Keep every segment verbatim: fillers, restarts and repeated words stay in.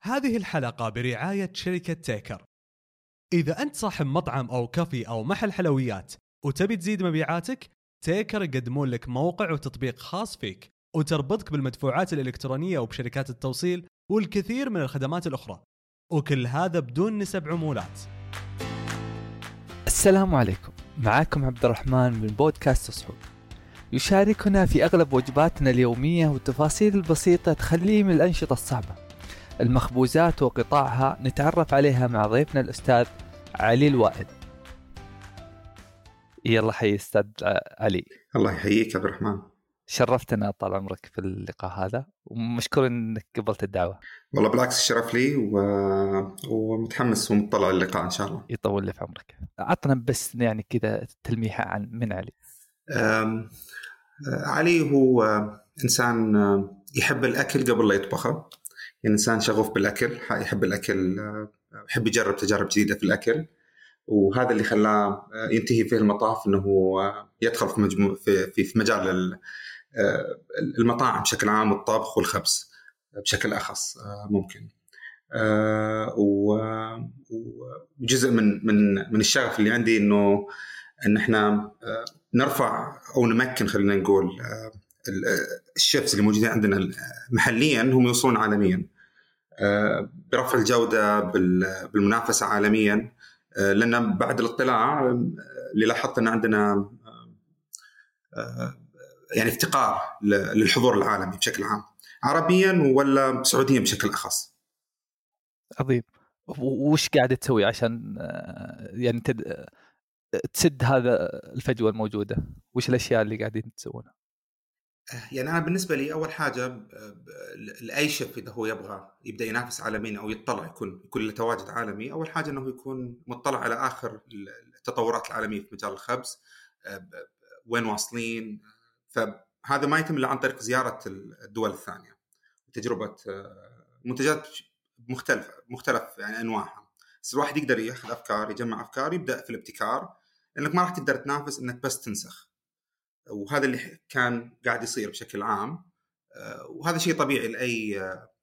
هذه الحلقة برعاية شركة تيكر. إذا أنت صاحب مطعم أو كافي أو محل حلويات وتبي تزيد مبيعاتك، تيكر يقدمون لك موقع وتطبيق خاص فيك وتربطك بالمدفوعات الإلكترونية وبشركات التوصيل والكثير من الخدمات الأخرى، وكل هذا بدون نسب عمولات. السلام عليكم، معاكم عبد الرحمن من بودكاست صحوب، يشاركنا في أغلب وجباتنا اليومية والتفاصيل البسيطة تخليه من الأنشطة الصعبة. المخبوزات وقطاعها نتعرف عليها مع ضيفنا الأستاذ علي الوائل. يلا حي أستاذ علي. الله يحييك عبد الرحمن، شرفتنا طال عمرك في اللقاء هذا، ومشكور إنك قبلت الدعوة. والله بالعكس الشرف لي و... ومتحمس ومطلع اللقاء إن شاء الله. يطول لي في عمرك. عطنا بس يعني كذا تلميحة عن من علي. أم... علي هو إنسان يحب الأكل قبل لا يطبخه، يعني إنسان شغوف بالأكل، يحب الأكل، يحب يجرب تجارب جديدة في الأكل، وهذا اللي خلاه ينتهي فيه المطاف إنه يدخل في, مجمو... في... في مجال المطاعم بشكل عام والطبخ والخبز بشكل أخص ممكن. وجزء من من من الشغف اللي عندي إنه إن إحنا نرفع أو نمكن، خلينا نقول، الشيفs اللي موجودين عندنا محليا هم يوصلون عالميا برفع الجودة بالمنافسة عالميا. لأن بعد الاطلاع اللي لاحظت أن عندنا يعني افتقار للحضور العالمي بشكل عام، عربيا ولا سعوديا بشكل أخص. عظيم. وش قاعدة تسوي عشان يعني تد... تسد هذا الفجوة الموجودة؟ وش الأشياء اللي قاعدين تسوونها؟ يعني أنا بالنسبة لي أول حاجة لأي شيف إذا هو يبغى يبدأ ينافس عالميا أو يطلع يكون يكون له تواجد عالمي، أول حاجة أنه يكون مطلع على آخر التطورات العالمية في مجال الخبز، وين واصلين. فهذا ما يتم إلا عن طريق زيارة الدول الثانية وتجربة منتجات مختلفة مختلف يعني أنواعها. بس الواحد يقدر يأخذ أفكار، يجمع أفكار، يبدأ في الابتكار، لأنك ما راح تقدر تنافس إنك بس تنسخ. وهذا اللي كان قاعد يصير بشكل عام، وهذا شيء طبيعي لأي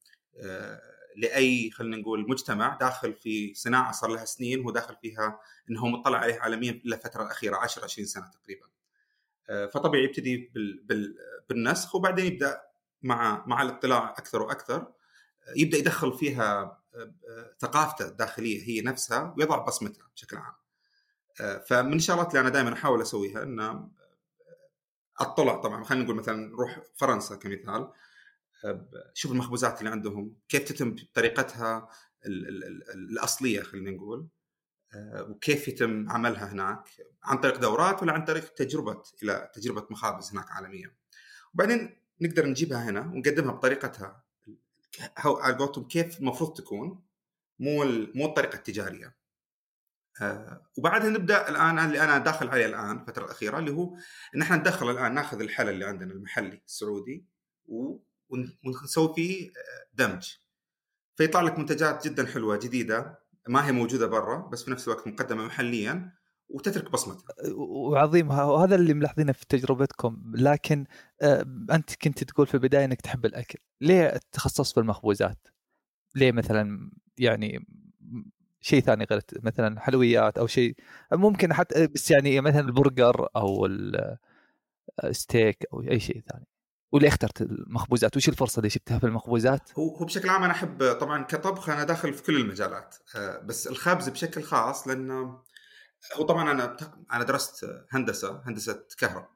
لأي خلينا نقول مجتمع داخل في صناعة صار لها سنين هو داخل فيها إنه مطلع عليه عالميا لفترة الأخيرة عشر عشرين سنة تقريبا. فطبيعي يبتدي بالنسخ، وبعدين يبدأ مع مع الاطلاع أكثر وأكثر يبدأ يدخل فيها ثقافته الداخلية هي نفسها ويضع بصمتها بشكل عام. فمن الشغلات اللي أنا دائما أحاول أسويها إن أطلع، طبعا خلينا نقول مثلا نروح فرنسا كمثال، شوف المخبوزات اللي عندهم كيف تتم بطريقتها الأصلية خلينا نقول، وكيف يتم عملها هناك عن طريق دورات ولا عن طريق تجربة إلى تجربة مخابز هناك عالميا، وبعدين نقدر نجيبها هنا ونقدمها بطريقتها على قولتهم كيف المفروض تكون، مو مو الطريقة التجارية. آه وبعدها نبدأ الآن اللي أنا داخل عليه الآن الفترة الأخيرة، اللي هو إن إحنا ندخل الآن ناخذ الحلا اللي عندنا المحلي السعودي ونسوي فيه دمج، فيطلع لك منتجات جدا حلوة جديدة ما هي موجودة برا، بس في نفس الوقت مقدمة محليا وتترك بصمتها. وعظيم، وهذا اللي ملاحظينه في تجربتكم. لكن آه أنت كنت تقول في البداية إنك تحب الأكل، ليه تخصص في المخبوزات؟ ليه مثلا يعني شيء ثاني غير مثلا حلويات أو شيء ممكن حتى، بس يعني مثلا البرجر أو الستيك أو أي شيء ثاني؟ وليه اخترت المخبوزات؟ وش الفرصة اللي شفتها في المخبوزات؟ هو هو بشكل عام أنا أحب طبعا كطبخ، أنا داخل في كل المجالات، بس الخبز بشكل خاص، لأنه هو طبعا أنا أنا درست هندسة هندسة كهرباء،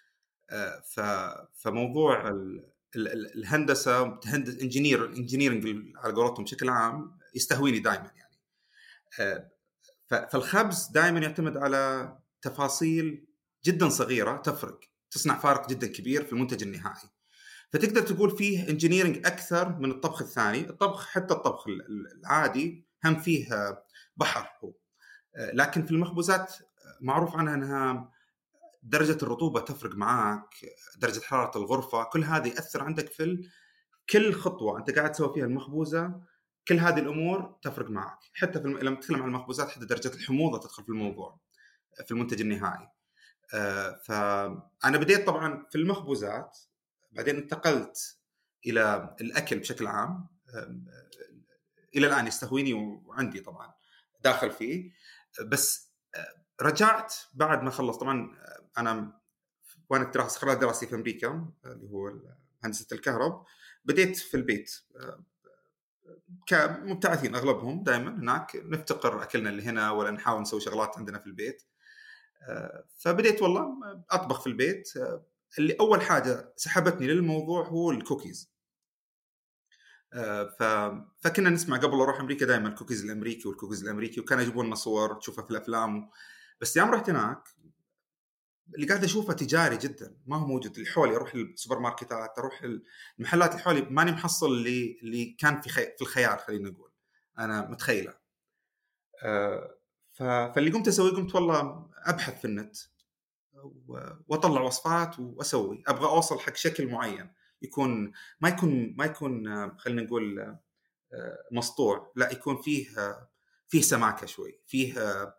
فموضوع الهندسة هندسة انجينير انجينيرنج على قولتهم بشكل عام يستهويني دائما يعني. فالخبز دائما يعتمد على تفاصيل جدا صغيرة تفرق تصنع فارق جدا كبير في المنتج النهائي، فتقدر تقول فيه انجينيرنج أكثر من الطبخ الثاني. الطبخ حتى الطبخ العادي هم فيه بحر هو، لكن في المخبوزات معروف عنها أنها درجة الرطوبة تفرق معاك، درجة حرارة الغرفة، كل هذه يأثر عندك في كل خطوة أنت قاعد تسوي فيها المخبوزة. كل هذه الأمور تفرق معك، حتى في الم... لما تتكلم عن المخبوزات حتى درجة الحموضة تدخل في الموضوع في المنتج النهائي. آه فأنا بديت طبعا في المخبوزات، بعدين انتقلت إلى الأكل بشكل عام. آه الى الان يستهويني وعندي طبعا داخل فيه. بس رجعت بعد ما خلص طبعا انا وانا دراسه خلال دراستي في امريكا اللي هو هندسه الكهرب، بديت في البيت كمبتعثين اغلبهم دائما هناك، نفتقر اكلنا اللي هنا ولا نحاول نسوي شغلات عندنا في البيت. فبديت والله اطبخ في البيت. اللي اول حاجه سحبتني للموضوع هو الكوكيز. ف... فكنا نسمع قبل اروح امريكا دائما الكوكيز الامريكي والكوكيز الامريكي، وكانوا يجيبون لنا صور تشوفها في الافلام. بس يوم رحت هناك اللي قاعد اشوفه تجاري جدا، ما هو موجود اللي حولي. اروح السوبر ماركتات، اروح المحلات اللي حولي، ماني محصل اللي اللي كان في خي... في الخيار خلينا نقول انا متخيله. أه... ف... فاللي قمت اسوي قمت والله ابحث في النت واطلع وصفات واسوي. ابغى اوصل حق شكل معين يكون ما يكون ما يكون خلينا نقول مسطوع، لا يكون فيه فيه سماكه شوي، فيه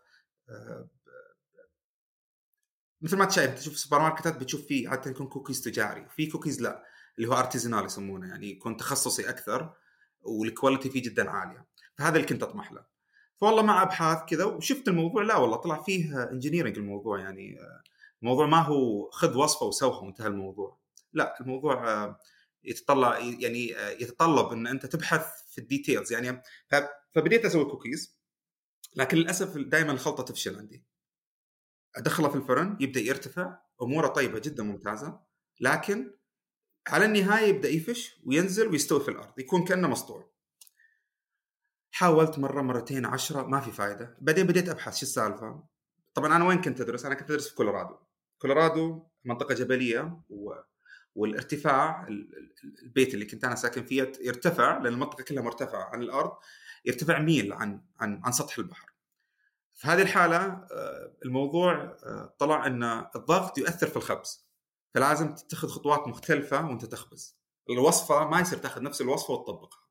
مثل ما تشايف تشوف سوبر ماركتات بتشوف فيه عاده يكون كوكيز تجاري، في كوكيز لا اللي هو ارتيزانال يسمونه، يعني يكون تخصصي اكثر والكواليتي فيه جدا عاليه. فهذا اللي كنت اطمح له. فوالله مع ابحاث كذا وشفت الموضوع لا والله طلع فيه انجينيرنج الموضوع، يعني الموضوع ما هو خذ وصفه وسوها وانتهى الموضوع، لا الموضوع يتطلع يعني يتطلب ان انت تبحث في الديتيلز يعني. فبديت اسوي كوكيز، لكن للاسف دائما الخلطه تفشل عندي. ادخله في الفرن يبدا يرتفع، اموره طيبه جدا ممتازه، لكن على النهايه يبدا يفش وينزل ويستوي في الارض يكون كانه مسطوع. حاولت مره مرتين عشرة ما في فائده. بعدين بديت ابحث شو السالفه. طبعا انا وين كنت ادرس؟ انا كنت ادرس في كولورادو. كولورادو منطقه جبليه و... والارتفاع البيت اللي كنت انا ساكن فيه يرتفع، لان المنطقه كلها مرتفعه عن الارض، يرتفع ميل عن عن عن سطح البحر. في هذه الحاله الموضوع طلع ان الضغط يؤثر في الخبز، فلازم تتخذ خطوات مختلفه وانت تخبز. الوصفه ما يصير تاخذ نفس الوصفه وتطبقها.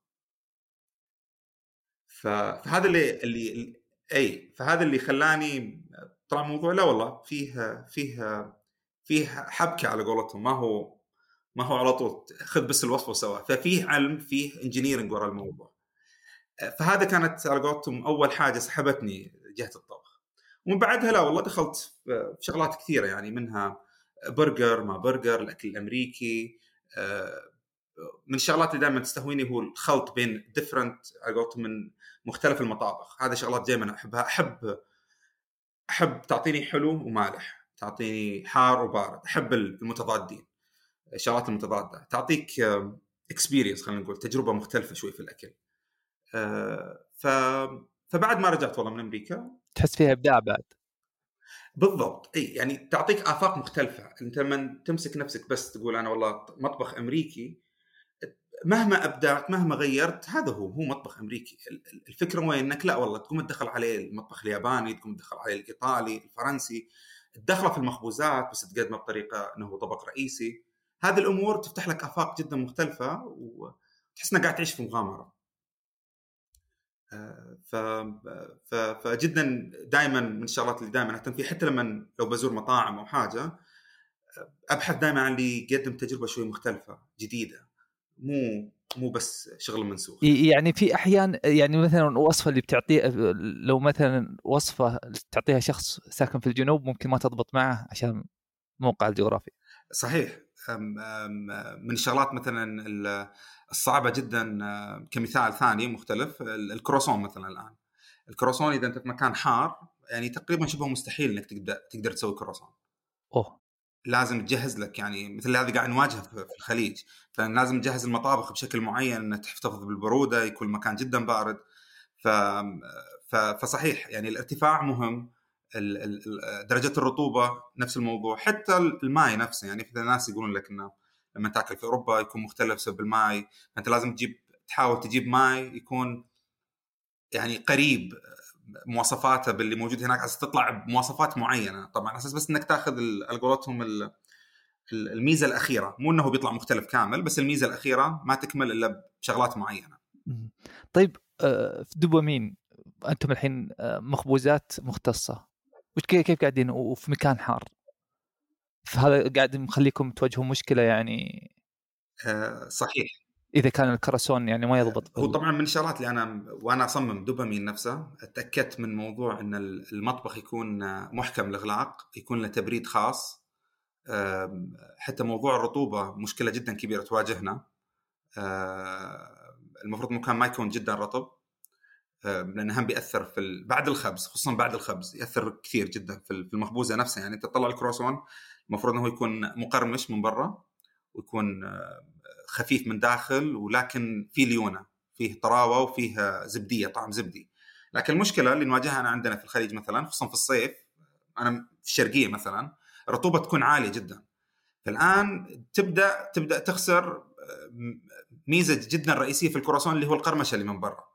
فهذا اللي اللي اي فهذا اللي خلاني طلع الموضوع لا والله فيه فيه فيه حبكه على قولتهم، ما هو ما هو على طول خذ بس الوصفه وسواه، ففيه علم فيه انجينيرنج وراء الموضوع. فهذا كانت على قولتهم اول حاجه سحبتني جهه الطبخ. ومن بعدها لا والله دخلت في شغلات كثيره، يعني منها برجر ما برجر، الاكل الامريكي. من الشغلات اللي دائما تستهويني هو الخلط بين ديفرنت على قولتهم من مختلف المطابخ. هذا شغلات دائما احبها. احب احب تعطيني حلو ومالح، تعطيني حار وبارد، احب المتضادين، شغلات المتضادة تعطيك اكسبيرينس خلينا نقول تجربة مختلفة شوي في الأكل. ف... فبعد ما رجعت والله من أمريكا تحس فيها إبداع بعد. بالضبط، أي يعني تعطيك آفاق مختلفة. أنت من تمسك نفسك بس تقول أنا والله مطبخ أمريكي، مهما أبدعت مهما غيرت هذا هو هو مطبخ أمريكي. الفكرة وين إنك لا والله تقوم تدخل عليه المطبخ الياباني، تقوم تدخل عليه الإيطالي الفرنسي، تدخله في المخبوزات بس تقدمه بطريقة أنه طبق رئيسي. هذه الأمور تفتح لك آفاق جدا مختلفة وتحس إنك قاعد تعيش في مغامرة. ف... ف... فجدا دائما من الشغلات اللي دائما أهتم فيها، حتى لما لو بزور مطاعم أو حاجة أبحث دائما عن اللي يقدم تجربة شوي مختلفة جديدة، مو مو بس شغل منسوخ. يعني في أحيان يعني مثلا وصفة اللي بتعطيه، لو مثلا وصفة تعطيها شخص ساكن في الجنوب ممكن ما تضبط معه عشان موقع الجغرافي. صحيح. من الشغلات مثلا الصعبة جدا كمثال ثاني مختلف، الكروسون مثلا. الآن الكروسون إذا أنت في مكان حار يعني تقريبا شبه مستحيل إنك تقدر تقدر تسوي كروسون. أوه. لازم تجهز لك، يعني مثل هذا قاعد نواجهه في الخليج، فلازم تجهز المطابخ بشكل معين أن تحتفظ بالبرودة، يكون المكان جدا بارد. ف... فصحيح يعني الارتفاع مهم، درجة الرطوبة نفس الموضوع، حتى الماء نفسه. يعني في الناس يقولون لك إنه لما تأكل في أوروبا يكون مختلف بسبب الماء، فأنت لازم تجيب تحاول تجيب ماء يكون يعني قريب مواصفاته باللي موجود هناك، عشان تطلع بمواصفات معينة. طبعا أساس بس إنك تأخذ القولتهم الميزة الأخيرة، مو إنه بيطلع مختلف كامل، بس الميزة الأخيرة ما تكمل إلا بشغلات معينة. طيب في دوبامين أنتم الحين مخبوزات مختصة، وش كيف قاعدين وفي مكان حار، فهذا قاعد مخليكم تواجهوا مشكلة يعني؟ آه صحيح. اذا كان الكراسون يعني ما يضبط. هو طبعا من الشغلات اللي انا وانا اصمم دوبامين نفسه اتاكدت من موضوع ان المطبخ يكون محكم الاغلاق، يكون له تبريد خاص. حتى موضوع الرطوبه مشكله جدا كبيره تواجهنا، المفروض المكان ما يكون جدا رطب لانه هم بيأثر في بعد الخبز، خصوصا بعد الخبز يأثر كثير جدا في المخبوزه نفسها. يعني تطلع الكرواسون المفروض انه يكون مقرمش من برا ويكون خفيف من داخل، ولكن فيه ليونه، فيه طراوه، وفيه زبديه، طعم زبدي. لكن المشكله اللي نواجهها أنا عندنا في الخليج مثلا، خصوصا في الصيف، انا في الشرقيه مثلا الرطوبه تكون عاليه جدا. فالان تبدا تبدا تخسر ميزه جدا رئيسيه في الكرواسون اللي هو القرمشه اللي من برا.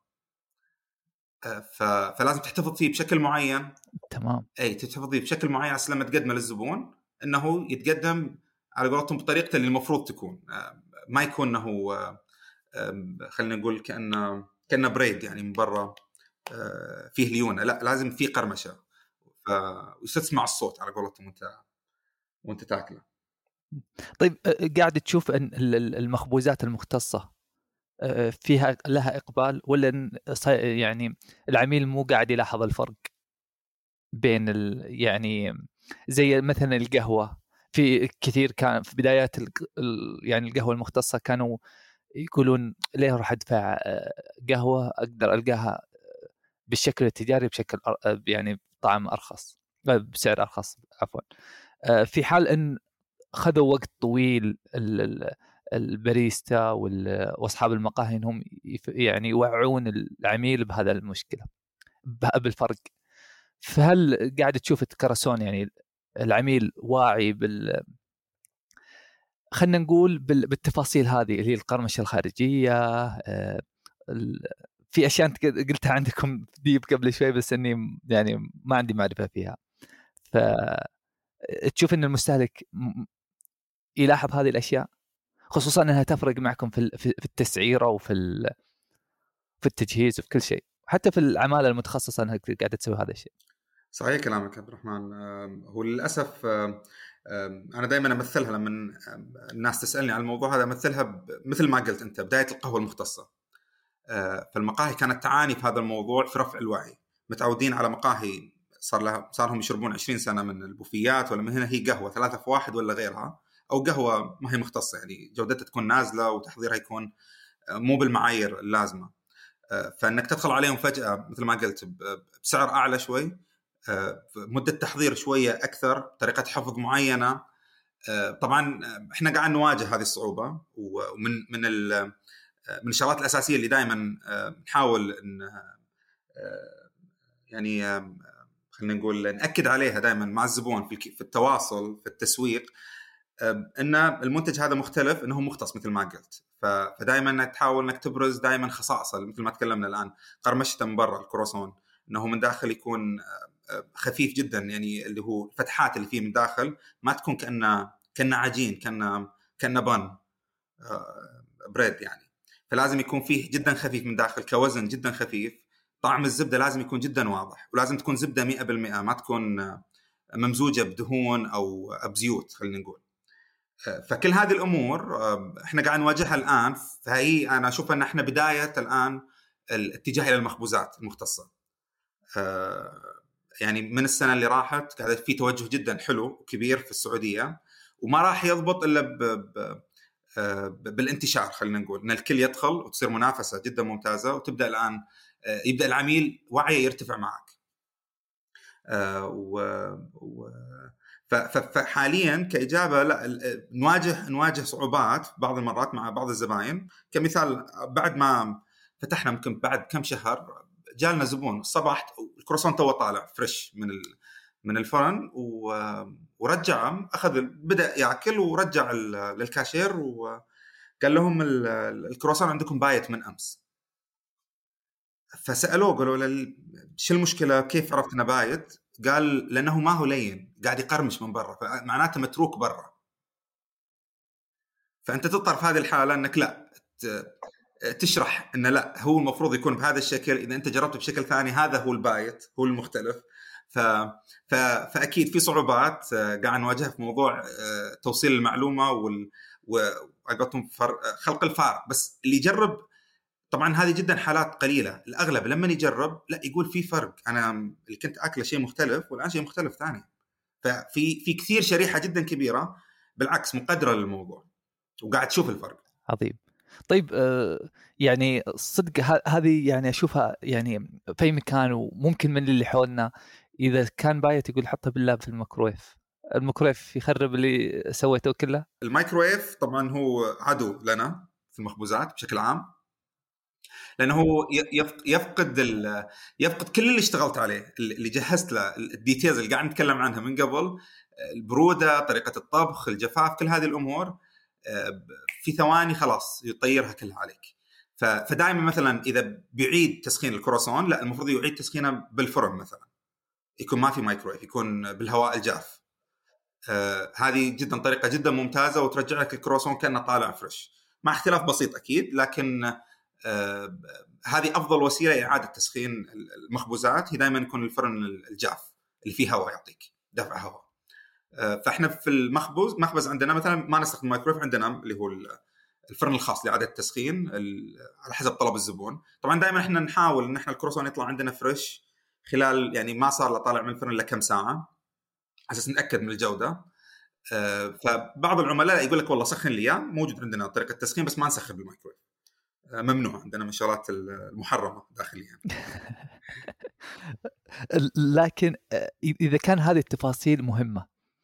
فلازم تحتفظ فيه بشكل معين. تمام. اي تحتفظ فيه بشكل معين عشان لما تقدمه للزبون انه يتقدم على قولتهم بطريقته اللي المفروض تكون، ما يكون انه خلينا نقول كأنه كأنه بريد يعني من برا فيه ليونه، لا لازم فيه قرمشه وتسمع الصوت على قولتهم وانت وانت تاكله. طيب قاعد تشوف ان المخبوزات المختصه فيها لها اقبال، ولا يعني العميل مو قاعد يلاحظ الفرق بين ال يعني زي مثلا القهوه؟ في كثير كان في بدايات ال يعني القهوه المختصه كانوا يقولون ليه اروح ادفع قهوه اقدر القاها بالشكل التجاري بشكل يعني طعم ارخص بسعر ارخص عفوا. في حال ان خذوا وقت طويل الباريستا واصحاب المقاهي انهم يعني يوعون العميل بهذا المشكله بالفرق. فهل قاعد تشوف الكراسون يعني العميل واعي بال خلينا نقول بالتفاصيل هذه اللي هي القرمشه الخارجيه؟ في اشياء انت قلتها عندكم ديب قبل شوي بس اني يعني ما عندي معرفه فيها. فتشوف ان المستهلك يلاحظ هذه الاشياء، خصوصا انها تفرق معكم في في التسعيره وفي في التجهيز وفي كل شيء، حتى في العماله المتخصصه انها قاعده تسوي هذا الشيء. صحيح كلامك عبد الرحمن. هو للاسف انا دائما امثلها لما الناس تسالني عن الموضوع هذا، امثلها مثل ما قلت انت بدايه القهوه المختصه. فالمقاهي كانت تعاني في هذا الموضوع في رفع الوعي. متعودين على مقاهي صار لها صار لهم يشربون عشرين سنه من البوفيات، ولا من هنا هي قهوه ثلاثة في واحد ولا غيرها، او قهوه ما هي مختصه يعني جودتها تكون نازله وتحضيرها يكون مو بالمعايير اللازمه. فانك تدخل عليهم فجاه مثل ما قلت بسعر اعلى شوي، مده تحضير شويه اكثر، طريقه حفظ معينه. طبعا احنا قاعد نواجه هذه الصعوبه، ومن من من الشغلات الاساسيه اللي دائما نحاول ان يعني خلينا نقول ناكد عليها دائما مع الزبون في التواصل في التسويق، ان المنتج هذا مختلف، انه مختص مثل ما قلت. فدائما تحاول انك تبرز دائما خصائصه مثل ما تكلمنا الان، قرمشته من برا الكرواسون انه من داخل يكون خفيف جدا، يعني اللي هو الفتحات اللي فيه من داخل ما تكون كأنه كأنه عجين، كأنه كأنه بان بريد يعني. فلازم يكون فيه جدا خفيف من داخل، كوزن جدا خفيف. طعم الزبدة لازم يكون جدا واضح، ولازم تكون زبدة مئة بالمئة، ما تكون ممزوجة بدهون أو بزيوت خلينا نقول. فكل هذه الأمور احنا قاعد نواجهها الآن. فهي أنا أشوف أن احنا بداية الآن الاتجاه إلى المخبوزات المختصة. يعني من السنة اللي راحت قاعد في توجه جدا حلو وكبير في السعودية، وما راح يضبط إلا ب ب بالانتشار. خلينا نقول ان الكل يدخل وتصير منافسه جدا ممتازه، وتبدا الان يبدا العميل وعيه يرتفع معك. و فحاليا كاجابه لا، نواجه نواجه صعوبات بعض المرات مع بعض الزباين. كمثال بعد ما فتحنا ممكن بعد كم شهر جالنا زبون الصباح الكروسون تو طالع فريش من من الفرن، ورجع اخذ بدا ياكل ورجع للكاشير وقال لهم الكروسون عندكم بايت من امس. فسالوه قالوا له شو المشكله، كيف عرفت انه بايت؟ قال لانه ما هو لين، قاعد يقرمش من برا، فمعناته متروك برا. فانت تضطر في هذه الحاله انك لا تشرح انه لا، هو المفروض يكون بهذا الشكل، اذا انت جربته بشكل ثاني هذا هو البايت، هو المختلف. ف... ف... فاكيد في صعوبات قاعد نواجهها في موضوع توصيل المعلومه وال... وعقبتهم خلق الفارق. بس اللي يجرب طبعا هذه جدا حالات قليله، الاغلب لما يجرب لا يقول في فرق، انا اللي كنت اكله شيء مختلف والان شيء مختلف ثاني. ففي في كثير شريحه جدا كبيره بالعكس مقدره للموضوع وقاعد تشوف الفرق. عظيم. طيب آه يعني صدق هذه يعني اشوفها يعني في أي مكان، وممكن من اللي حولنا اذا كان بايت يقول حطه بالله في الميكرويف، الميكرويف يخرب اللي سويته كله. الميكرويف طبعا هو عدو لنا في المخبوزات بشكل عام، لانه هو يفقد يفقد كل اللي اشتغلت عليه، اللي جهزت له الديتيلز اللي قاعد نتكلم عنها من قبل، البروده، طريقه الطبخ، الجفاف، كل هذه الامور في ثواني خلاص يطيرها كلها عليك. فدائما مثلا اذا بيعيد تسخين الكروسون لا المفروض يعيد تسخينه بالفرن مثلا، يكون ما في مايكرويف، يكون بالهواء الجاف. آه هذه جدا طريقه جدا ممتازه وترجع لك الكروسون كانه طالع فريش، مع اختلاف بسيط اكيد، لكن آه هذه افضل وسيله لاعاده تسخين المخبوزات، هي دائما يكون الفرن الجاف اللي فيه هواء يعطيك دفع هواء. آه فاحنا في المخبوز مخبز عندنا مثلا ما نستخدم مايكرويف، عندنا اللي هو الفرن الخاص لاعاده التسخين على حسب طلب الزبون. طبعا دائما احنا نحاول ان احنا الكروسون يطلع عندنا فريش خلال يعني ما صار له طالع من الفرن الا كم ساعه على اساس نتاكد من الجوده. آه فبعض العملاء يقول لك والله سخن لي اياه، موجود عندنا طريقه تسخين بس ما نسخن بالمايكرويف، آه ممنوع عندنا من الشغلات المحرمه داخليا. لكن اذا كان هذه التفاصيل مهمه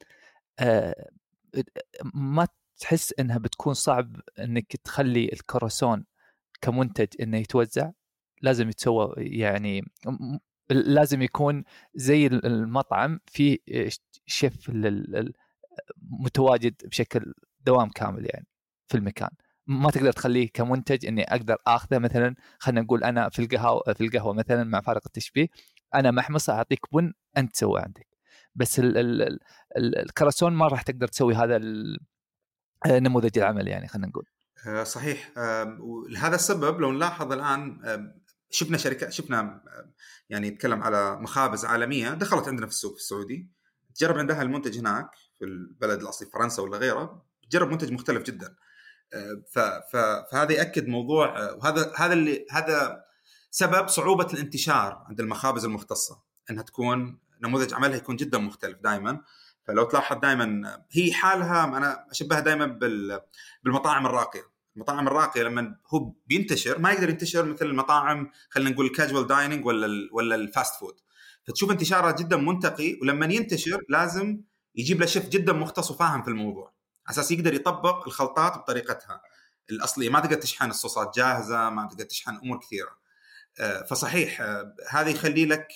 ما تحس انها بتكون صعب انك تخلي الكروسون كمنتج انه يتوزع؟ لازم يتسوى يعني لازم يكون زي المطعم في شيف متواجد بشكل دوام كامل يعني في المكان، ما تقدر تخليه كمنتج اني اقدر اخذه مثلا. خلينا نقول انا في القهوه في القهوه مثلا مع فارق التشبيه انا محمص اعطيك بن انت تسوي عندك، بس ال ال ال الكراسون ما راح تقدر تسوي هذا النموذج العمل يعني خلينا نقول. صحيح. لهذا السبب لو نلاحظ الان شفنا شركات، شفنا يعني نتكلم على مخابز عالميه دخلت عندنا في السوق في السعودي، تجرب عندها المنتج هناك في البلد الاصلي فرنسا ولا غيره، تجرب منتج مختلف جدا. فهذا ياكد موضوع، وهذا هذا اللي هذا سبب صعوبه الانتشار عند المخابز المختصه، انها تكون نموذج عملها يكون جدا مختلف دائما. فلو تلاحظ دائما هي حالها انا اشبهها دائما بالمطاعم الراقيه. المطاعم الراقيه لما هو بينتشر ما يقدر ينتشر مثل المطاعم خلينا نقول الكاجوال دايننج ولا ولا الفاست فود، فتشوف انتشاره جدا منتقي، ولما ينتشر لازم يجيب له شيف جدا مختص وفاهم في الموضوع اساس يقدر يطبق الخلطات بطريقتها الاصليه. ما تقدر تشحن الصوصات جاهزه، ما تقدر تشحن امور كثيره. فصحيح هذا يخلي لك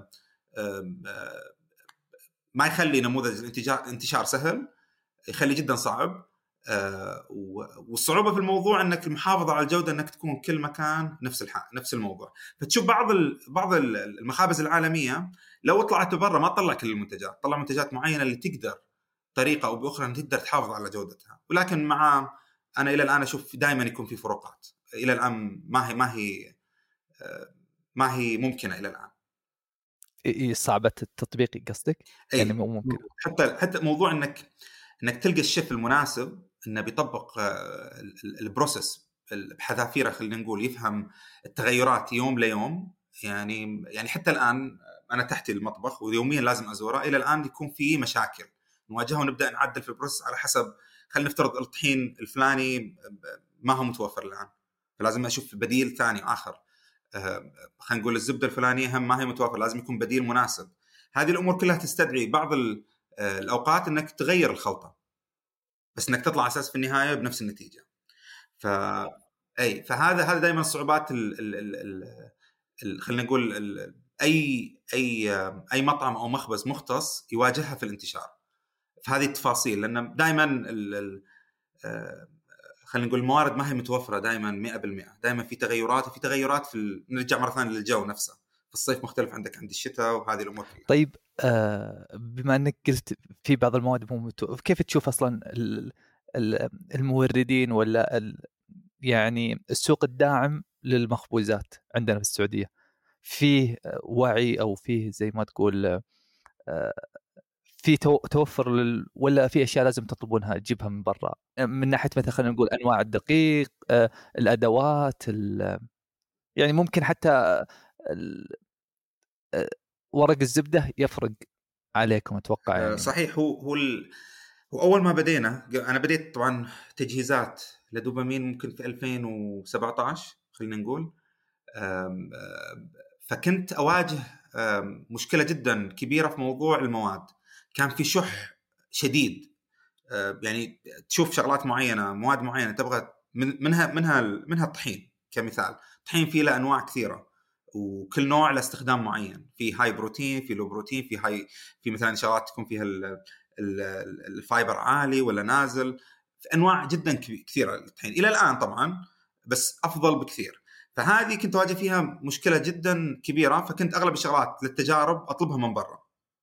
ما يخلي نموذج الانتشار سهل، يخلي جدا صعب. والصعوبه في الموضوع انك المحافظه على الجوده، انك تكون كل مكان نفس الحق نفس الموضوع. فتشوف بعض بعض المخابز العالميه لو طلعت برا ما تطلع كل المنتجات، طلع منتجات معينه اللي تقدر طريقه او باخرى ان تقدر تحافظ على جودتها. ولكن مع انا الى الان اشوف دائما يكون في فروقات، الى الان ما هي ما هي ما هي ممكنه الى الان. صعبه التطبيق قصدك؟ يعني مو ممكن حتى حتى موضوع انك انك تلقى الشيف المناسب انه بيطبق البروسيس بحذافيره، خلينا نقول يفهم التغيرات يوم ليوم. يعني يعني حتى الان انا تحت المطبخ ويوميا لازم ازوره، الى الان يكون في مشاكل نواجهها ونبدا نعدل في البروسيس على حسب، خلينا نفترض الطحين الفلاني ما هو متوفر الان فلازم اشوف بديل ثاني اخر. خلينا نقول الزبده الفلانيه هم ما هي متوفر، لازم يكون بديل مناسب. هذه الامور كلها تستدعي بعض الاوقات انك تغير الخلطه بس انك تطلع اساس في النهايه بنفس النتيجه. ف اي فهذا هذا دائما الصعوبات ال ال ال ال خلينا نقول ال اي اي اي مطعم او مخبز مختص يواجهها في الانتشار في هذه التفاصيل، لان دائما خلينا نقول الموارد ما هي متوفره دائما مئة بالمئة، دائما في تغيرات وفي تغيرات في ال... نرجع مره ثانيه للجو نفسه، في الصيف مختلف عندك عند الشتاء وهذه الامور كلها. طيب آه بما انك قلت في بعض المواد مو متو... كيف تشوف اصلا الموردين ولا ال... يعني السوق الداعم للمخبوزات عندنا في السعوديه؟ فيه وعي او فيه زي ما تقول آه في توفر لل... ولا في اشياء لازم تطلبونها تجيبها من برا من ناحيه مثلا خلينا نقول انواع الدقيق، الادوات، ال... يعني ممكن حتى ال... ورق الزبده يفرق عليكم اتوقع يعني. صحيح. هو هو ال... هو اول ما بدينا انا بديت طبعا تجهيزات لدوبامين ممكن في ألفين وسبعطعش خلينا نقول. فكنت اواجه مشكله جدا كبيره في موضوع المواد. كان في شح شديد، يعني تشوف شغلات معينه مواد معينه تبغى منها منها منها الطحين كمثال. الطحين فيه له انواع كثيره وكل نوع له استخدام معين، في هاي بروتين، في لو بروتين، في هاي في مثلا شغلات تكون فيها الفايبر عالي ولا نازل، في انواع جدا كثيره للطحين الى الان طبعا، بس افضل بكثير. فهذه كنت اواجه فيها مشكله جدا كبيره، فكنت اغلب الشغلات للتجارب اطلبها من برا.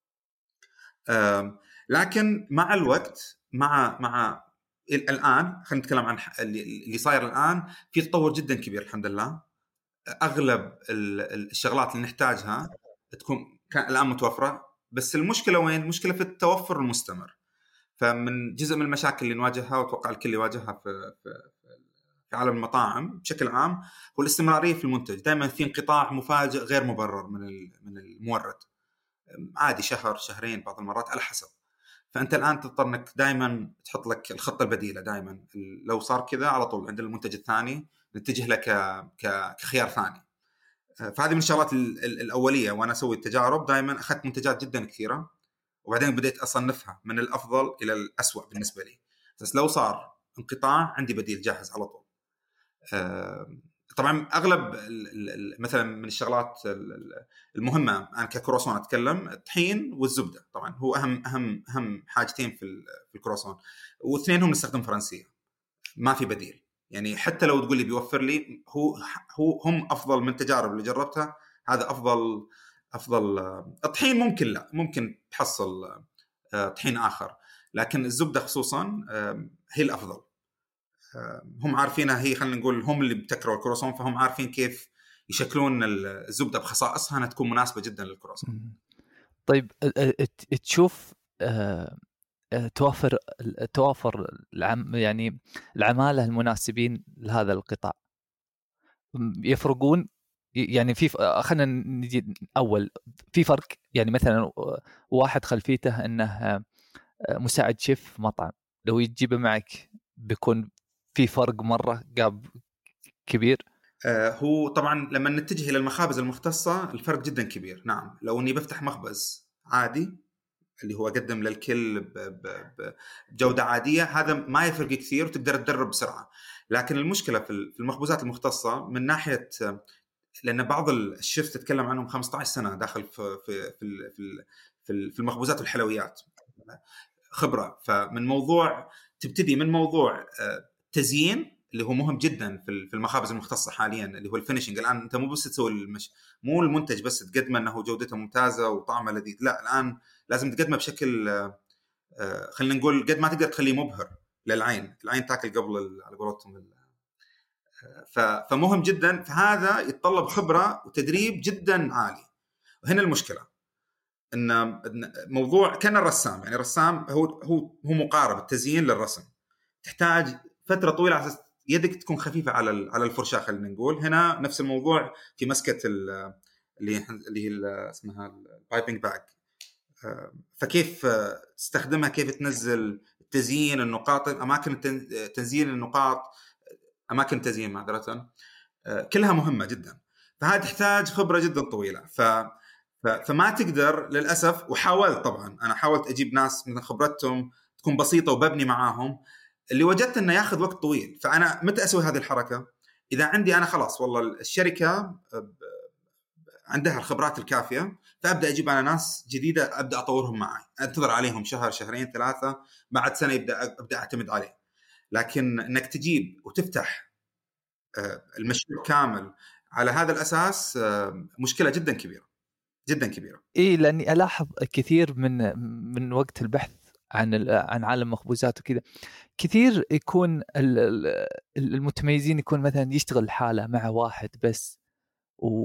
لكن مع الوقت مع مع الان خلينا نتكلم عن اللي صاير الان، في تطور جدا كبير الحمد لله. اغلب الشغلات اللي نحتاجها تكون الان متوفره، بس المشكله وين؟ المشكله في التوفر المستمر. فمن جزء من المشاكل اللي نواجهها واتوقع الكل يواجهها في في في عالم المطاعم بشكل عام هو الاستمراريه في المنتج. دائما في انقطاع مفاجئ غير مبرر من من المورد، عادي شهر شهرين بعض المرات على حسب. فانت الان تضطر انك دائما تحط لك الخطه البديله. دائما لو صار كذا على طول عند المنتج الثاني نتجه له كخيار ثاني. فهذه من الشغلات الاوليه وانا اسوي التجارب. دائما اخذت منتجات جدا كثيره وبعدين بديت اصنفها من الافضل الى الاسوأ بالنسبه لي، بس لو صار انقطاع عندي بديل جاهز على طول. طبعا اغلب مثلا من الشغلات المهمه انا ككروسون اتكلم، الطحين والزبده طبعا هو اهم اهم اهم حاجتين في في الكروسون، واثنين هم نستخدم فرنسيه ما في بديل. يعني حتى لو تقول لي بيوفر لي، هو هو هم افضل من التجارب اللي جربتها. هذا افضل افضل. الطحين ممكن لا ممكن تحصل طحين اخر، لكن الزبده خصوصا هي الافضل. هم عارفينها هي، خلينا نقول هم اللي بتكروا الكروسون، فهم عارفين كيف يشكلون الزبده بخصائصها انها تكون مناسبه جدا للكروسون. طيب تشوف توافر توافر العم يعني العماله المناسبين لهذا القطاع يفرقون؟ يعني في خلينا نجي اول في فرق، يعني مثلا واحد خلفيته انه مساعد شيف مطعم، لو يجيبه معك بيكون في فرق مره قاب كبير. آه هو طبعا لما نتجه الى المخابز المختصه الفرق جدا كبير. نعم لو اني بفتح مخبز عادي اللي هو قدم للكل بجوده عاديه هذا ما يفرق كثير وتقدر تدرب بسرعه. لكن المشكله في المخبوزات المختصه من ناحيه، لان بعض الشيف تتكلم عنهم خمسة عشر سنه داخل في في في في المخبوزات والحلويات خبره. فمن موضوع تبتدي من موضوع تزيين اللي هو مهم جدا في المخابز المختصه حاليا اللي هو الفينيشنج. الان انت مو بس تسوي المش... مو المنتج بس تقدمه انه جودته ممتازه وطعمه لذيذ، لا الان لازم تقدمه بشكل خلينا نقول قد ما تقدر تخليه مبهر للعين. العين تاكل قبل على قولتهم. فمهم جدا. فهذا يتطلب خبره وتدريب جدا عالي. وهنا المشكله ان موضوع كان الرسام، يعني الرسام هو هو هو مقارب التزيين للرسم، تحتاج فتره طويله على يدك تكون خفيفه على على الفرشاه. خلينا نقول هنا نفس الموضوع في مسكه اللي اللي هي اسمها البايبنج باج. فكيف تستخدمها، كيف تنزل التزيين، النقاط، اماكن تنزيل النقاط، اماكن تزيين معذره، كلها مهمه جدا. فهذا تحتاج خبره جدا طويله. ف فما تقدر للاسف. وحاولت طبعا انا حاولت اجيب ناس من خبرتهم تكون بسيطه وببني معاهم، اللي وجدت انه ياخذ وقت طويل. فانا متى اسوي هذه الحركه؟ اذا عندي انا خلاص والله الشركه عندها الخبرات الكافيه، فابدا اجيب انا ناس جديده ابدا اطورهم معي، انتظر عليهم شهر شهرين ثلاثه، بعد سنه يبدا ابدا اعتمد عليه. لكن انك تجيب وتفتح المشروع كامل على هذا الاساس مشكله جدا كبيره جدا كبيره. اي لاني الاحظ كثير من من وقت البحث عن عن عالم مخبوزات وكذا، كثير يكون المتميزين يكون مثلا يشتغل حاله مع واحد بس،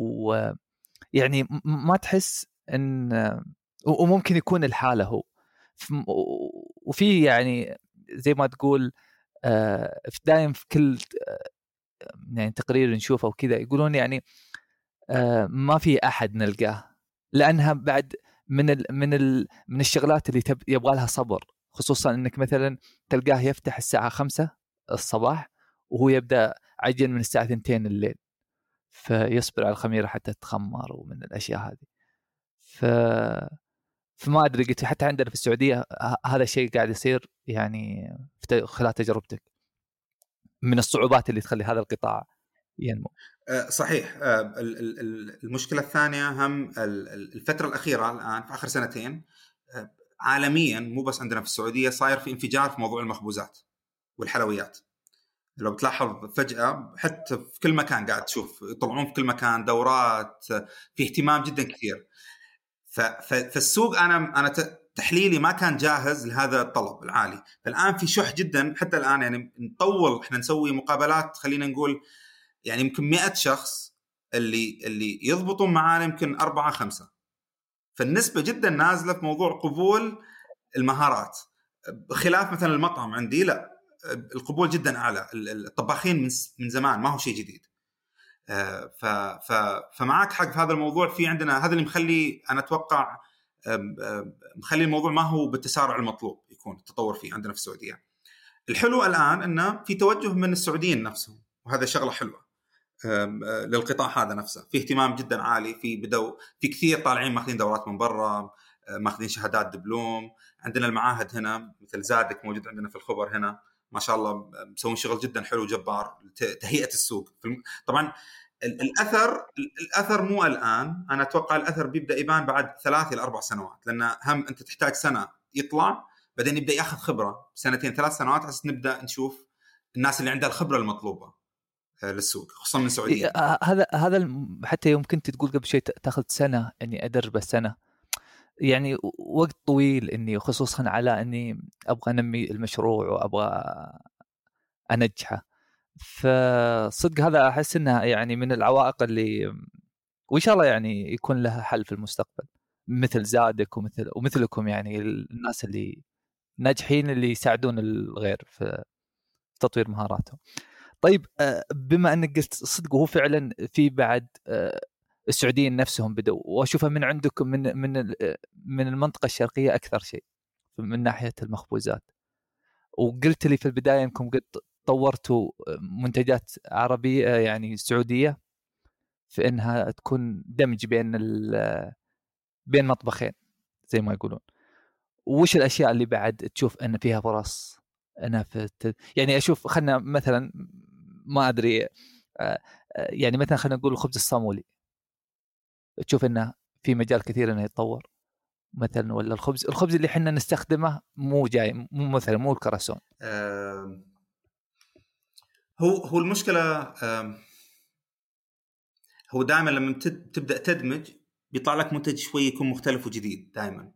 ويعني ما تحس ان وممكن يكون الحاله هو، وفي يعني زي ما تقول آه دائم في كل يعني تقرير نشوفه وكذا يقولون يعني آه ما في أحد نلقاه، لأنها بعد من ال من ال من الشغلات اللي يبغى لها صبر، خصوصا انك مثلا تلقاه يفتح الساعه خمسة الصباح وهو يبدا عجن من الساعه اثنتين الليل، فيصبر على الخميره حتى تخمر ومن الاشياء هذه. ف فما ادري، قلت حتى عندنا في السعوديه هذا الشيء قاعد يصير يعني خلال تجربتك من الصعوبات اللي تخلي هذا القطاع ينمو. صحيح. المشكله الثانيه هم الفتره الاخيره الان في اخر سنتين عالميا مو بس عندنا في السعوديه صاير في انفجار في موضوع المخبوزات والحلويات. لو بتلاحظ فجاه حتى في كل مكان قاعد تشوف يطلعون في كل مكان دورات، في اهتمام جدا كثير. فالسوق انا انا تحليلي ما كان جاهز لهذا الطلب العالي. فالان في شح جدا حتى الان، يعني نطول احنا نسوي مقابلات خلينا نقول يعني يمكن مئة شخص اللي اللي يضبطون معانا يمكن أربعة خمسة. فالنسبة جدا نازلة في موضوع قبول المهارات، خلاف مثلا المطعم عندي لا، القبول جدا أعلى. الطباخين من زمان ما هو شيء جديد. فمعك حق في هذا الموضوع. في عندنا هذا اللي مخلي أنا أتوقع مخلي الموضوع ما هو بالتسارع المطلوب يكون التطور فيه عندنا في السعودية. الحلو الآن أنه في توجه من السعوديين نفسهم، وهذا شغلة حلوة للقطاع هذا نفسه. في اهتمام جدا عالي، في بدو في كثير طالعين ماخذين دورات من برا، ماخذين شهادات دبلوم. عندنا المعاهد هنا مثل زادك موجود عندنا في الخبر هنا ما شاء الله، مسوين شغل جدا حلو جبار تهيئة السوق. طبعا الأثر الأثر مو الآن، أنا أتوقع الأثر بيبدأ يبان بعد ثلاث إلى أربع سنوات، لأن هم أنت تحتاج سنة يطلع بعدين يبدأ يأخذ خبرة سنتين ثلاث سنوات عشان نبدأ نشوف الناس اللي عندها الخبرة المطلوبة للسوق خصوصا من السعودية. هذا هذا حتى يوم كنت تقول قبل شيء تاخذ سنه اني ادرب السنه، يعني وقت طويل اني خصوصا على اني ابغى انمي المشروع وابغى انجحه. فصدق هذا احس انها يعني من العوائق اللي وان شاء الله يعني يكون لها حل في المستقبل، مثل زادك ومثل ومثلكم يعني الناس اللي ناجحين اللي يساعدون الغير في تطوير مهاراتهم. طيب بما أنك قلت صدق وهو فعلا في بعد السعوديين نفسهم بدوا، وأشوفها من عندكم من من من المنطقة الشرقية أكثر شيء من ناحية المخبوزات. وقلت لي في البداية أنكم قد طورتوا منتجات عربية يعني سعودية في أنها تكون دمج بين بين مطبخين زي ما يقولون. وش الأشياء اللي بعد تشوف أن فيها فرص؟ أنا في يعني أشوف خلنا مثلا ما أدري يعني مثلا خلينا نقول الخبز الصامولي، تشوف إنه في مجال كثير إنه يتطور مثلا، ولا الخبز الخبز اللي حنا نستخدمه مو جاي مو مثلا مو الكراسون. آه هو هو المشكلة آه هو دائما لما تبدأ تدمج بيطلع لك منتج شوي يكون مختلف وجديد دائما.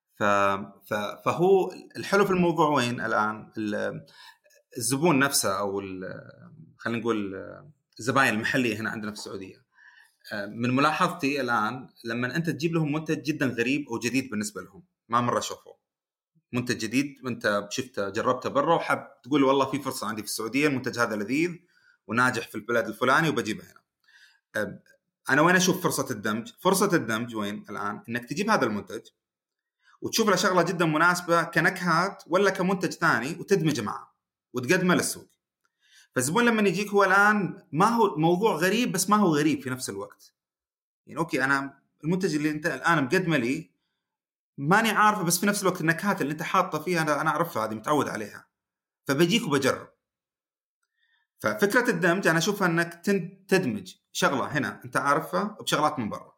فهو الحلو في الموضوع وين الآن الزبون نفسه أو خلينا نقول الزباين المحلية هنا عندنا في السعودية. من ملاحظتي الآن لما أنت تجيب لهم منتج جدا غريب أو جديد بالنسبة لهم ما مرة شافوه، منتج جديد وأنت شفته جربته برا وحب تقول والله في فرصة عندي في السعودية المنتج هذا لذيذ وناجح في البلد الفلاني وبجيبه هنا. أنا وين أشوف فرصة الدمج؟ فرصة الدمج وين الآن؟ إنك تجيب هذا المنتج وتشوف له شغلة جدا مناسبة كنكهات ولا كمنتج ثاني وتدمج معه وتقدمه للسوق. فالزبون لما يجيك هو الآن ما هو موضوع غريب بس ما هو غريب في نفس الوقت. يعني أوكي أنا المنتج اللي أنت الآن مقدمه لي ماني عارفه، بس في نفس الوقت النكهات اللي أنت حاطة فيها أنا أنا أعرفها، هذه متعود عليها، فبجيك وبجرب. ففكرة الدمج أنا أشوفها أنك تدمج شغلة هنا أنت عارفها بشغلات من برا،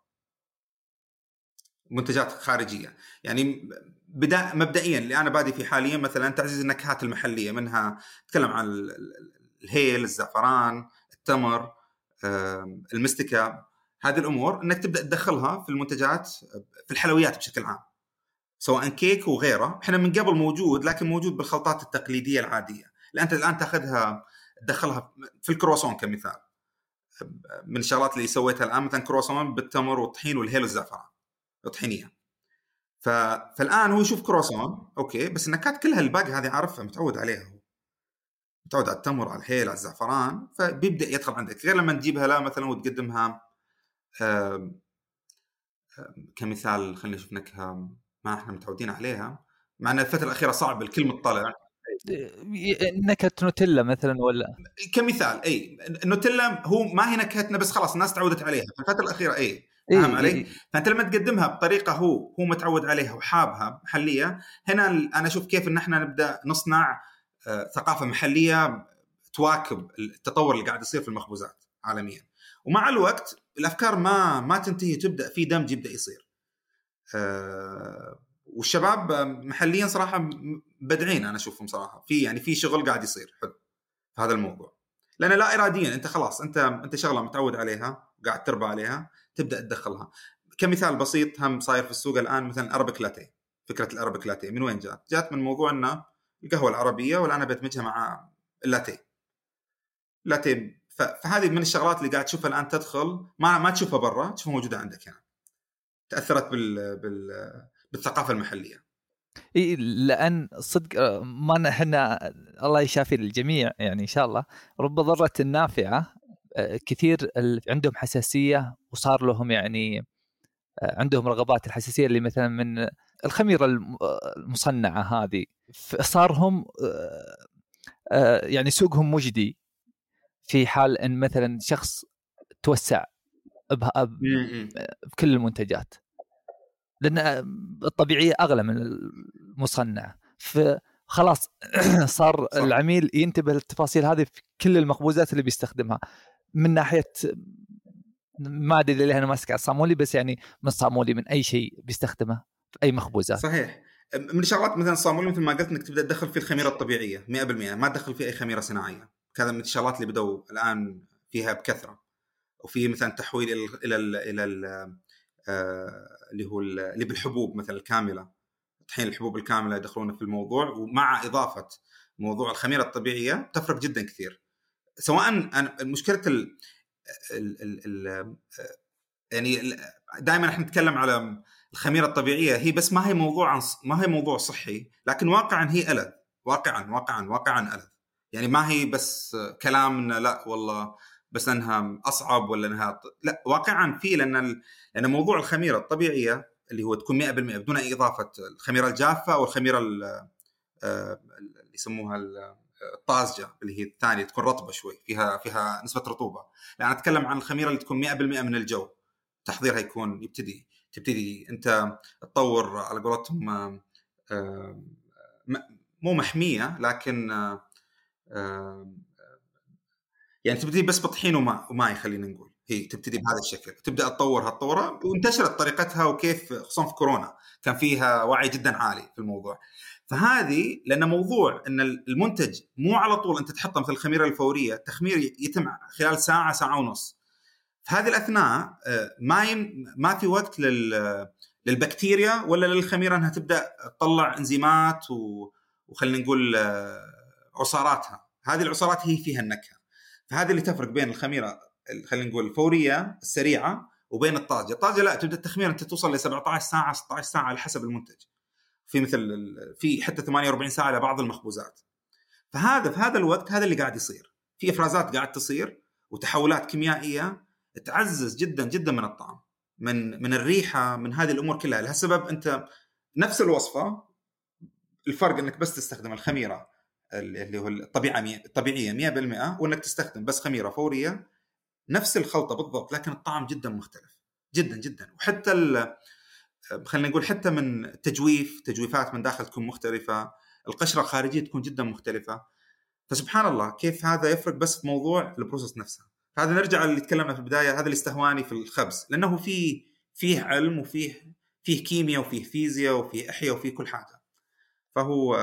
منتجات خارجية. يعني بدا مبدئيا اللي أنا بادي في حاليا مثلا تعزيز النكهات المحلية، منها تكلم عن الهيل، الزعفران، التمر، المستكة، هذه الأمور أنك تبدأ تدخلها في المنتجات في الحلويات بشكل عام سواء كيك وغيره. إحنا من قبل موجود لكن موجود بالخلطات التقليدية العادية اللي أنت الآن تأخذها تدخلها في الكرواسون كمثال. من الشغلات اللي سويتها الآن مثلا كرواسون بالتمر والطحين والهيل والزعفران الطحينية. ف... فالان هو يشوف كروسون اوكي، بس النكهات كلها الباقي هذه عارفها متعود عليها، هو متعود على التمر على الهيل على الزعفران، فبيبدا يدخل عندك. غير لما تجيبها لا مثلا وتقدمها آه... كمثال، خلينا نشوف نكهه ما احنا متعودين عليها، مع ان الفتره الاخيره صعب الكل مطلع. نكهه نوتيلا مثلا ولا كمثال اي النوتيلا هو ما هي نكهتنا بس خلاص الناس تعودت عليها في الفتره الاخيره اي فاهم علي. إيه. فانت لما تقدمها بطريقه هو هو متعود عليها وحابها محليه، هنا انا اشوف كيف ان احنا نبدا نصنع آه ثقافه محليه تواكب التطور اللي قاعد يصير في المخبوزات عالميا. ومع الوقت الافكار ما ما تنتهي، تبدا في دمج يبدا يصير آه والشباب محليا صراحه بدعين، انا اشوفهم صراحه في يعني في شغل قاعد يصير حلو في هذا الموضوع، لأن لا إراديا أنت خلاص أنت أنت شغلة متعود عليها وقاعد تربى عليها تبدأ تدخلها. كمثال بسيط هم صاير في السوق الآن مثلا أرابيك لاتيه. فكرة الأرابيك لاتيه من وين جات؟ جات من موضوع أن القهوة العربية والآن بدمجها مع اللاتيه. لاتيه فهذه من الشغلات اللي قاعد تشوفها الآن تدخل ما ما تشوفها برا، تشوفها موجودة عندك هنا. تأثرت بال بال بالثقافة المحلية. إيه لأن صدق ما احنا الله يشافي الجميع يعني إن شاء الله. رب ضرة نافعة. كثير عندهم حساسية وصار لهم يعني عندهم رغبات الحساسية اللي مثلا من الخميرة المصنعة هذه، صارهم يعني سوقهم مجدي في حال أن مثلا شخص توسع بكل المنتجات، لأن الطبيعية أغلى من المصنع، فخلاص صار صح. العميل ينتبه للتفاصيل هذه في كل المخبوزات اللي بيستخدمها. من ناحية ما أدري اللي أنا ماسك على الصامولي، بس يعني من الصامولي من أي شيء بيستخدمه في أي مخبوزات. صحيح. من الشغلات مثلا الصامولي مثل ما قلت إنك تبدأ تدخل في الخميرة الطبيعية مئة بالمئة، ما تدخل في أي خميرة صناعية. هذا من الشغلات اللي بدأوا الآن فيها بكثرة. وفي مثلا تحويل إلى إلى ال إلى ال آه اللي هو اللي بالحبوب مثلا الكاملة، طحين الحبوب الكاملة يدخلونه في الموضوع، ومع إضافة موضوع الخميرة الطبيعية تفرق جدا كثير. سواء مشكلة ال ال ال ال يعني دائما احنا نتكلم على الخميرة الطبيعية، هي بس ما هي موضوع ما هي موضوع صحي، لكن واقعا هي ألذ، واقعا واقعا واقعا ألذ. يعني ما هي بس كلامنا لا والله بس انها اصعب ولا انها لا، واقعا في لان لان موضوع الخميره الطبيعيه اللي هو تكون مئة بالمئة بدون اي اضافه الخميره الجافه او الخميره اللي يسموها الطازجه اللي هي الثانيه تكون رطبه شوي فيها فيها نسبه رطوبه. لان يعني اتكلم عن الخميره اللي تكون مئة بالمئة من الجو، تحضيرها يكون يبتدي تبتدي انت تطور على قولتهم مو محميه لكن يعني تبتدي بس بطحين وماء وماء خلينا نقول، هي تبتدي بهذا الشكل، تبدا تطور هالطوره وانتشرت طريقتها وكيف خصوصا في كورونا كان فيها وعي جدا عالي في الموضوع. فهذه لان موضوع ان المنتج مو على طول انت تحطه مثل الخميره الفوريه، التخمير يتم خلال ساعه ساعه ونص. في هذه الاثناء ما يم ما في وقت لل للبكتيريا ولا للخميره انها تبدا تطلع انزيمات وخلينا نقول عصاراتها. هذه العصارات هي فيها النكهه. فهذا اللي تفرق بين الخميره خلينا نقول الفوريه السريعه وبين الطازجه. الطازجه لا تبدا التخمير انت توصل ل سبعة عشر ساعه ستة عشر ساعه على حسب المنتج، في مثل في حتى ثمانية وأربعين ساعه لبعض المخبوزات. فهذا في هذا الوقت هذا اللي قاعد يصير، في افرازات قاعد تصير وتحولات كيميائيه تعزز جدا جدا من الطعم، من من الريحه، من هذه الامور كلها. لهالسبب انت نفس الوصفه، الفرق انك بس تستخدم الخميره اللي هو الطبيعه الطبيعيه مئة بالمئة وانك تستخدم بس خميره فوريه، نفس الخلطه بالضبط لكن الطعم جدا مختلف جدا جدا. وحتى خلينا نقول حتى من تجويف تجويفات من داخل تكون مختلفه، القشره الخارجيه تكون جدا مختلفه. فسبحان الله كيف هذا يفرق بس في موضوع البروسيس نفسها. فهذا نرجع اللي تكلمنا في البدايه، هذا اللي استهواني في الخبز لانه فيه فيه علم وفيه فيه كيمياء وفيه فيزياء وفيه احياء وفيه كل حاجه. فهو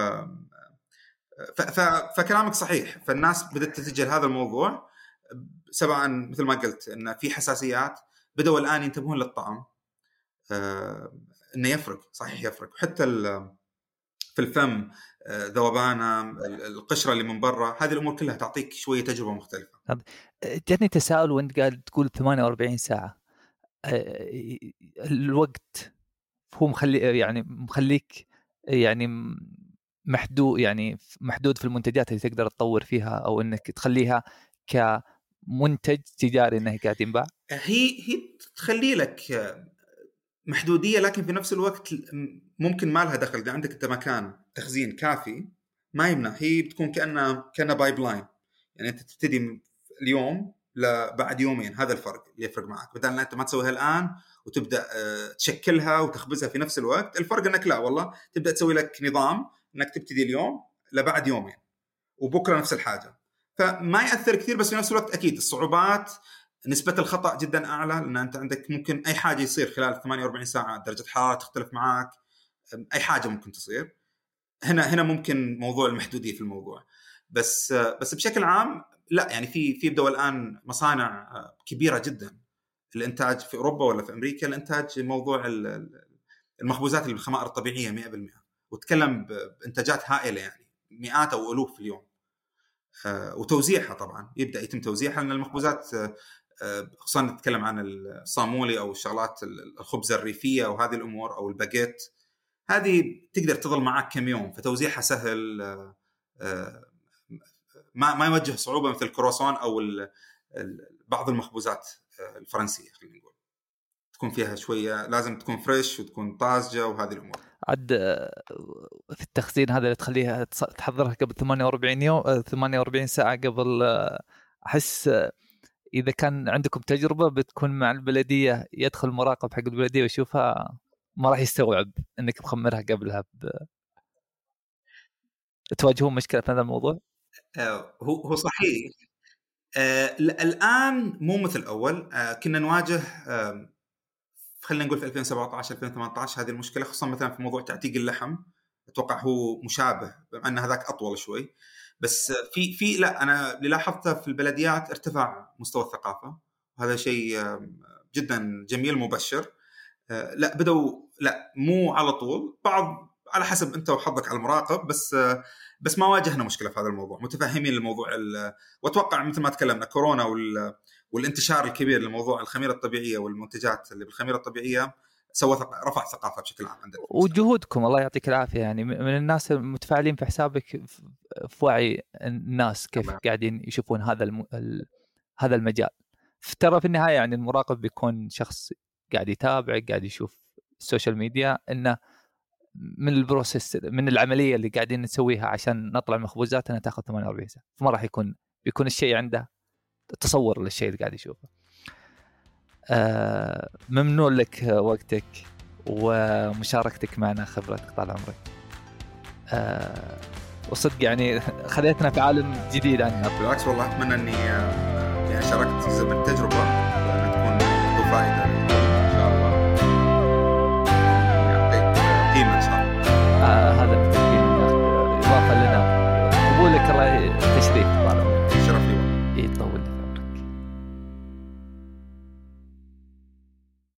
فكلامك صحيح. فالناس بدأت تتجه لهذا الموضوع، سواء مثل ما قلت إن في حساسيات بدأوا الآن ينتبهون للطعم، آه إنه يفرق صحيح يفرق. وحتى في الفم آه ذوبانة القشرة اللي من برا، هذه الأمور كلها تعطيك شوية تجربة مختلفة. جاتني تساؤل وانت قاعد تقول ثمانية وأربعين ساعة، الوقت هو مخلي يعني مخليك يعني محدود يعني محدود في المنتجات اللي تقدر تطور فيها او انك تخليها كمنتج تجاري انه قاعد ينباع. هي هي تخلي لك محدوديه، لكن في نفس الوقت ممكن ما لها دخل. اذا عندك انت مكان تخزين كافي ما يمنع، هي بتكون كانها كانها بايب لاين. يعني انت تبتدي اليوم لبعد يومين، هذا الفرق اللي يفرق معك. بدل ان انت ما تسويها الان وتبدا تشكلها وتخبزها في نفس الوقت، الفرق انك لا والله تبدا تسوي لك نظام انك تبتدي اليوم لبعد يومين وبكره نفس الحاجه، فما ياثر كثير. بس في نفس الوقت اكيد الصعوبات، نسبه الخطا جدا اعلى، لان انت عندك ممكن اي حاجه يصير خلال ثمانية وأربعين ساعه، درجه حراره تختلف معك، اي حاجه ممكن تصير. هنا هنا ممكن موضوع المحدوديه في الموضوع. بس بس بشكل عام لا، يعني في في بدول الان مصانع كبيره جدا الانتاج في اوروبا ولا في امريكا، الانتاج موضوع المخبوزات اللي بالخمائر الطبيعيه مئة بالمئة، وتكلم بانتاجات هائله يعني مئات او الوف في اليوم. وتوزيعها طبعا يبدا يتم توزيعها، لان المخبوزات خصوصا نتكلم عن الصامولي او الشغلات الخبز الريفيه وهذه الامور او الباجيت، هذه تقدر تظل معك كم يوم، فتوزيعها سهل، ما ما يواجه صعوبه مثل الكرواسون او بعض المخبوزات الفرنسيه. خلينا نقول تكون فيها شويه، لازم تكون فريش وتكون طازجه وهذه الامور. عد في التخزين هذا اللي تخليها تحضرها قبل ثمانية وأربعين يوم ثمانية وأربعين ساعه قبل. احس اذا كان عندكم تجربه بتكون مع البلديه، يدخل مراقب حق البلديه ويشوفها، ما راح يستوعب انك مخمرها قبلها. ب... تواجهون مشكله في هذا الموضوع؟ آه هو هو صحيح. آه الان مو مثل الاول. آه كنا نواجه آه خلينا نقول في ألفين وسبعة عشر ألفين وثمانية عشر هذه المشكله، خصوصا مثلا في موضوع تعتيق اللحم. اتوقع هو مشابه بما ان هذاك اطول شوي. بس في في لا، انا اللي لاحظته في البلديات ارتفاع مستوى الثقافه، وهذا شيء جدا جميل مبشر. لا بدوا لا مو على طول، بعض على حسب انت وحظك على المراقب، بس بس ما واجهنا مشكله في هذا الموضوع، متفاهمين الموضوع. واتوقع مثل ما تكلمنا كورونا والانتشار الكبير لموضوع الخميره الطبيعيه والمنتجات اللي بالخميره الطبيعيه سوى رفع ثقافه بشكل عام عندنا. وجهودكم الله يعطيك العافيه، يعني من الناس المتفاعلين في حسابك في وعي الناس كيف طبعا. قاعدين يشوفون هذا الم... ال... هذا المجال. ترى في النهايه يعني المراقب بيكون شخص قاعد يتابع، قاعد يشوف السوشيال ميديا، انه من البروسيس، من العمليه اللي قاعدين نسويها عشان نطلع مخبوزات انها تاخذ ثمانية وأربعين ساعه، فما راح يكون بيكون الشيء عنده تصور للشيء اللي قاعد يشوفه. آه ممنون لك وقتك ومشاركتك معنا، خبرتك طال عمرك. آه وصدق يعني خليتنا في عالم جديد عنها. بالعكس والله أتمنى أني يعني شاركت جزء من التجربة وأن تكون ذو فائدة إن شاء الله، يعطيك قيمة إن شاء الله. آه هذا بالتأكيد إضافة لنا. قبولك الله تشريف طال عمرك. شرف لي. يطول.